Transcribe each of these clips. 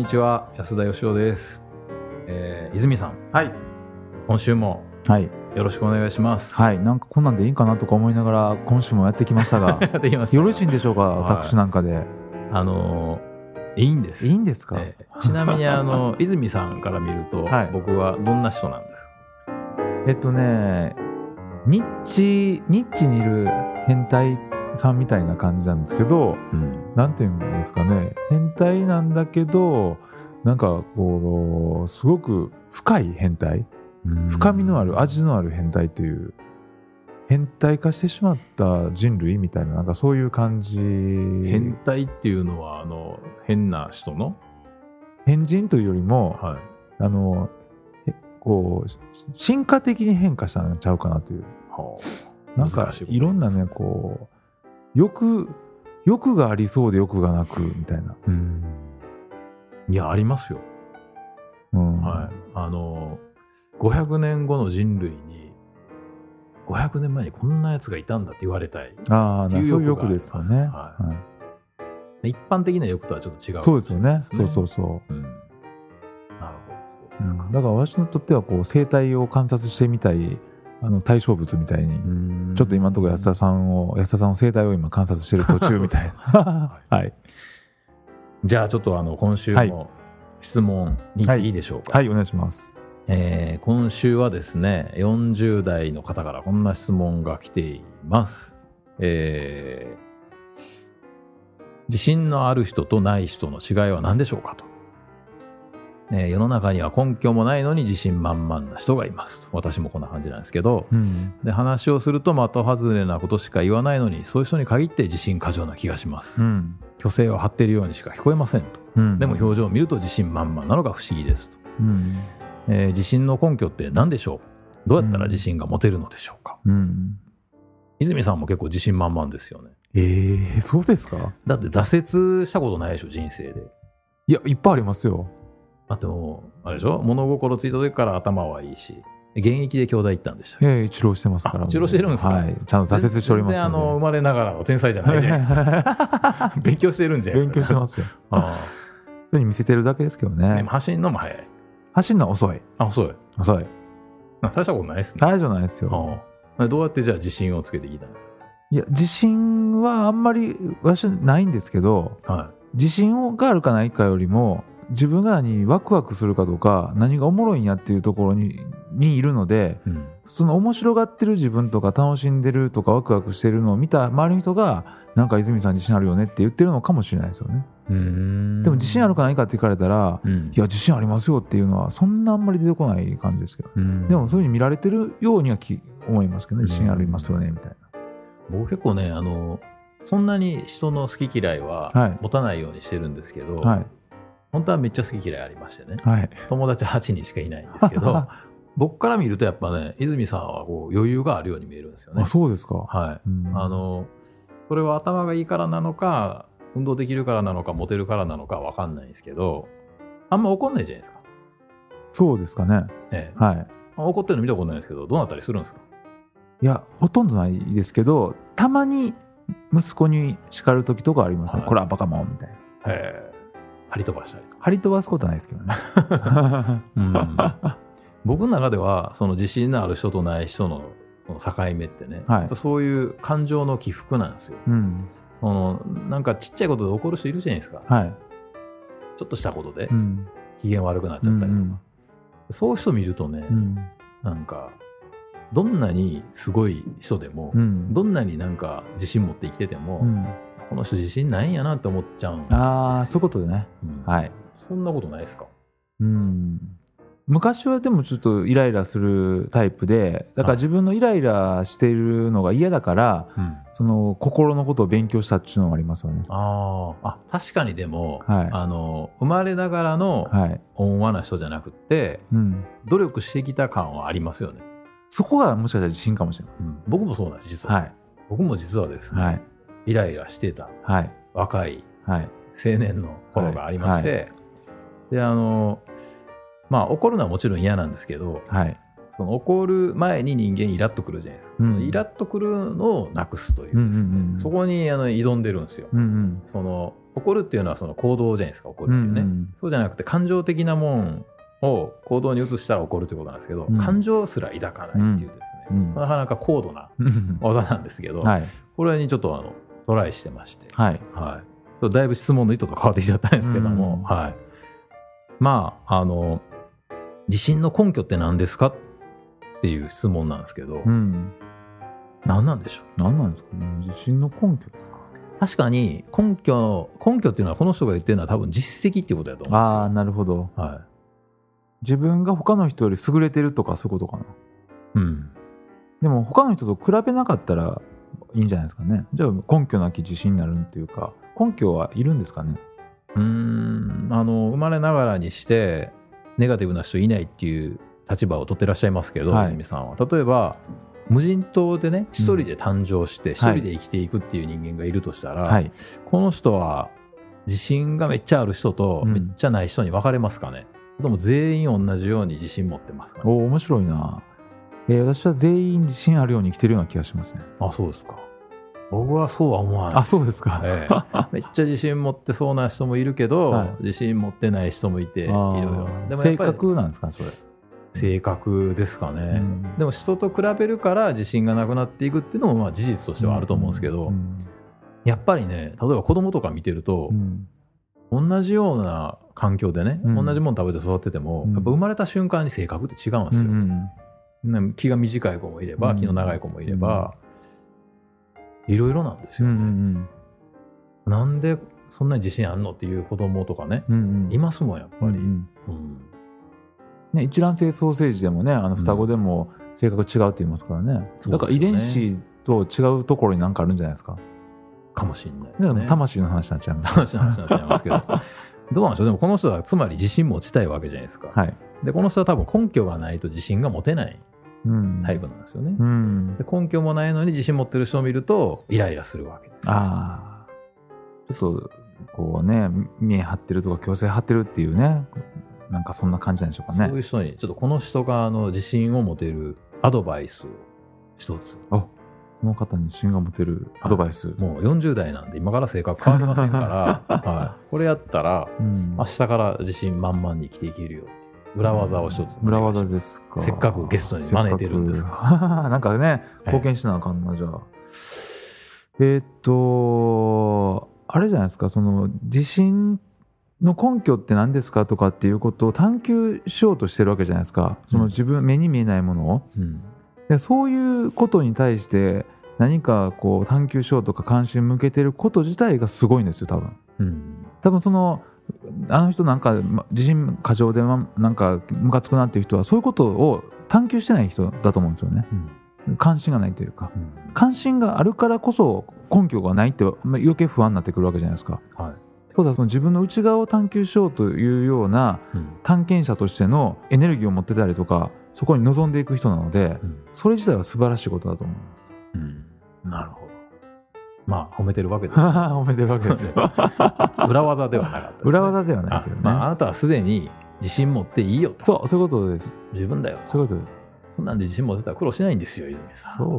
にちは、安田義雄です。泉さん、 はい、 今週もよろしくお願いします。 はい、なんかこんなんでいいんかなとか思いながら今週もやってきましたがよろしいんでしょうか、私なんかで。 いいんです。 いいんですか。 ちなみに泉さんから見ると、はい、僕はどんな人なんですか。 ニッチにいる変態さんみたいな感じなんですけど、なんていうんですかね、変態なんだけどなんかこうすごく深い変態、深みのある味のある変態という、変態化してしまった人類みたいな、なんかそういう感じ。 変態っていうのは変な人の変人というよりも、はい、こう進化的に変化したんちゃうかなという、なんかいろんなね、こう欲がありそうで欲がなくみたいな。 いや、ありますよ。はい、500年後の人類に500年前にこんなやつがいたんだって言われたいっていうそういう欲ですよね。 一般的な欲とはちょっと違う、 そうですよね。そう、 なるほど、そうですか。 だから私にとってはこう生態を観察してみたい対象物みたいに、ちょっと今のところ安田さんの生態を今観察している途中みたいなはい、 じゃあちょっと今週も質問にいいでしょうか。 はい、お願いします。 今週はですね、40代の方からこんな質問が来ています。自信のある人とない人の違いは何でしょうかと。世の中には根拠もないのに自信満々な人がいますと。私もこんな感じなんですけど、で話をすると的外れなことしか言わないのに、そういう人に限って自信過剰な気がします。虚勢を張っているようにしか聞こえませんと。でも表情を見ると自信満々なのが不思議ですと。自信の根拠って何でしょう。どうやったら自信が持てるのでしょうか。泉さんも結構自信満々ですよね。 そうですか。 だって挫折したことないでしょ、人生で。 いや、いっぱいありますよ。 あとあれでしょ、物心ついた時から頭はいいし、現役で京大行ったんでした。 一浪してますから。 一浪してるんですか。 はい、ちゃんと挫折しております。 全然生まれながらの天才じゃないじゃないですか勉強してるんじゃないですか。 勉強してますよそれに見せてるだけですけどね。 でも走るのも早い。 走るのは遅い。 遅い。大したことないですね。 大丈夫ないですよ。 どうやってじゃあ自信をつけていきたんですか。 いや、自信はあんまり私ないんですけど、自信があるかないかよりも自分が何ワクワクするかとか何がおもろいんやっていうところにいるので、その面白がってる自分とか楽しんでるとかワクワクしてるのを見た周りの人がなんか泉さん自信あるよねって言ってるのかもしれないですよね。でも自信あるかないかって聞かれたら、いや自信ありますよっていうのはそんなあんまり出てこない感じですけど、でもそういうふうに見られてるようには思いますけどね。自信ありますよねみたいな。 僕結構ねそんなに人の好き嫌いは持たないようにしてるんですけど、本当はめっちゃ好き嫌いありましてね、友達8人しかいないんですけど僕から見るとやっぱね、泉さんはこう余裕があるように見えるんですよね。 そうですか。 それは頭がいいからなのか運動できるからなのかモテるからなのか分かんないんですけど、あんま怒んないじゃないですか。 そうですかね。 怒ってるの見たことないですけど、どうなったりするんですか。 いや、ほとんどないですけど、たまに息子に叱る時とかありますね。これはバカモンみたいな。 張り飛ばしたりとか。 張り飛ばすことはないですけどね僕の中ではその自信のある人とない人の境目ってね、そういう感情の起伏なんですよ。なんかちっちゃいことで怒る人いるじゃないですか。ちょっとしたことで機嫌悪くなっちゃったりとか、そういう人見るとね、なんかどんなにすごい人でも、どんなになんか自信持って生きてても、この人自信ないんやなって思っちゃうんですよ。 そういうことでね。 そんなことないですか。 昔はでもちょっとイライラするタイプで、だから自分のイライラしているのが嫌だから、その心のことを勉強したっていうのがありますよね。 確かに。でも、生まれながらの温和な人じゃなくて、努力してきた感はありますよね。 そこがもしかしたら自信かもしれません。 僕もそうなんです実は。僕も実はですね、イライラしてた、若い、青年の頃がありまして、で怒るのはもちろん嫌なんですけど、その怒る前に人間イラッとくるじゃないですか。そのイラッとくるのをなくすというですね、そこに挑んでるんですよ。その怒るっていうのはその行動じゃないですか、怒るっていうね、そうじゃなくて感情的なもんを行動に移したら怒るということなんですけど、感情すら抱かないっていうですね、なかなか高度な技なんですけど、これにちょっとトライしてまして、だいぶ質問の意図と変わってきちゃったんですけども、まあ地震の根拠って何ですかっていう質問なんですけど、何なんでしょう。 何なんですかね、地震の根拠ですか。 確かに根拠っていうのはこの人が言ってるのは多分実績っていうことだと思うんですよ。 ああ、なるほど、自分が他の人より優れてるとかそういうことかな。でも他の人と比べなかったらいいんじゃないですかね。じゃあ根拠なき自信になるっていうか、根拠はいるんですかね。 生まれながらにしてネガティブな人いないっていう立場を取ってらっしゃいますけど、泉さんは例えば無人島でね、一人で誕生して一人で生きていくっていう人間がいるとしたら、この人は自信がめっちゃある人とめっちゃない人に分かれますかね。でも全員同じように自信持ってますかね。 面白いな。私は全員自信あるように生きてるような気がしますね。 あ、そうですか。僕はそうは思わない。 あ、そうですか。 めっちゃ自信持ってそうな人もいるけど、自信持ってない人もいて、いろいろ。 でも性格なんですかね、それ。 性格ですかね。でも人と比べるから自信がなくなっていくっていうのもまあ事実としてはあると思うんですけど、やっぱりね、例えば子供とか見てると、同じような環境でね、同じもの食べて育ってても、やっぱ生まれた瞬間に性格って違うんですよ。気が短い子もいれば気の長い子もいれば、いろいろなんですよね。なんでそんなに自信あんのっていう子供とかね、いますもんやっぱり。 一卵性ソーセージでもね、双子でも性格違うって言いますからね。だから遺伝子と違うところに何かあるんじゃないですか。 かもしれないですね。 魂の話になっちゃいます。 魂の話になっちゃいますけどどうなんでしょう。でもこの人はつまり自信持ちたいわけじゃないですか。でこの人は多分根拠がないと自信が持てないタイプなんですよね。で根拠もないのに自信持ってる人を見るとイライラするわけです。ちょっとこうね、見え張ってるとか矯正張ってるっていうね、なんかそんな感じなんでしょうかね。 そういう人にちょっとこの人が自信を持てるアドバイスを一つ。 この方に自信が持てるアドバイス。 もう40代なんで今から性格変わりませんから、これやったら、明日から自信満々に生きていけるよっていう裏技を一つ。 裏技ですか。 せっかくゲストに招いてるんですから。 なんかね、貢献しなあかんな、じゃあ。あれじゃないですか、その自信の根拠って何ですかとかっていうことを探求しようとしてるわけじゃないですか。その自分、目に見えないものを、でそういうことに対して何かこう探求しようとか関心向けてること自体がすごいんですよ、多分。多分そのあの人なんか自信過剰でなんかムカつくなっていう人はそういうことを探求してない人だと思うんですよね。関心がないというか、関心があるからこそ根拠がないって余計不安になってくるわけじゃないですか。ってことはその自分の内側を探求しようというような探検者としてのエネルギーを持ってたりとか、そこに臨んでいく人なので、それ自体は素晴らしいことだと思います。 なるほど。まあ褒めてるわけです。 褒めてるわけですよ。 裏技ではなかったですね。 裏技ではないけどね。 あなたはすでに自信持っていいよと。 そういうことです。 十分だよ。 そういうことです。 そんなんで自信持ってたら苦労しないんですよ、泉さん。 そう。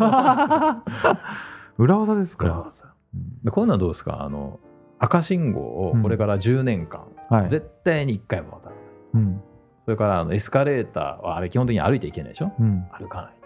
裏技ですか。 裏技。こういうのはどうですか。赤信号をこれから10年間、絶対に1回も渡らない。それからエスカレーターはあれ基本的に歩いていけないでしょ。歩かない。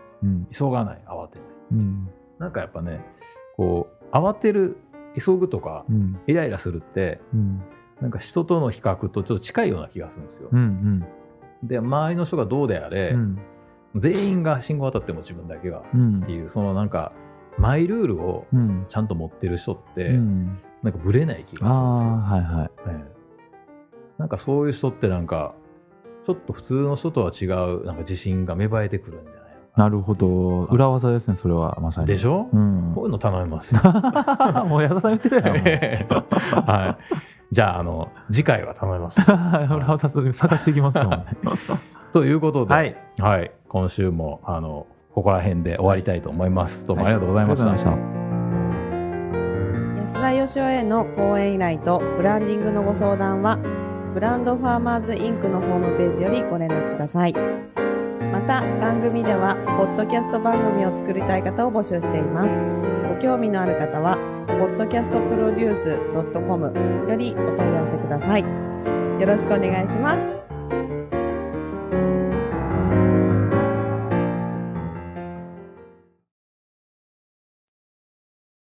急がない。慌てない。なんかやっぱね、こう慌てる、急ぐとか、イライラするって、なんか人との比較とちょっと近いような気がするんですよ。で周りの人がどうであれ、全員が信号渡っても自分だけがっていう、そのなんかマイルールをちゃんと持ってる人って、なんかブレない気がするんですよ。なんかそういう人ってなんかちょっと普通の人とは違うなんか自信が芽生えてくるんじゃないのかな。 なるほど。裏技ですね、それはまさに。 でしょ。こういうの頼みますよ。 もう矢田さん言ってるやん。 じゃあ次回は頼みます。 裏技探していきますよ。 ということで、今週もここら辺で終わりたいと思います。どうもありがとうございました。 安田義雄への講演依頼とブランディングのご相談はブランドファーマーズインクのホームページよりご連絡ください。また番組ではポッドキャスト番組を作りたい方を募集しています。ご興味のある方はホ podcastproduce.com よりお問い合わせください。よろしくお願いします。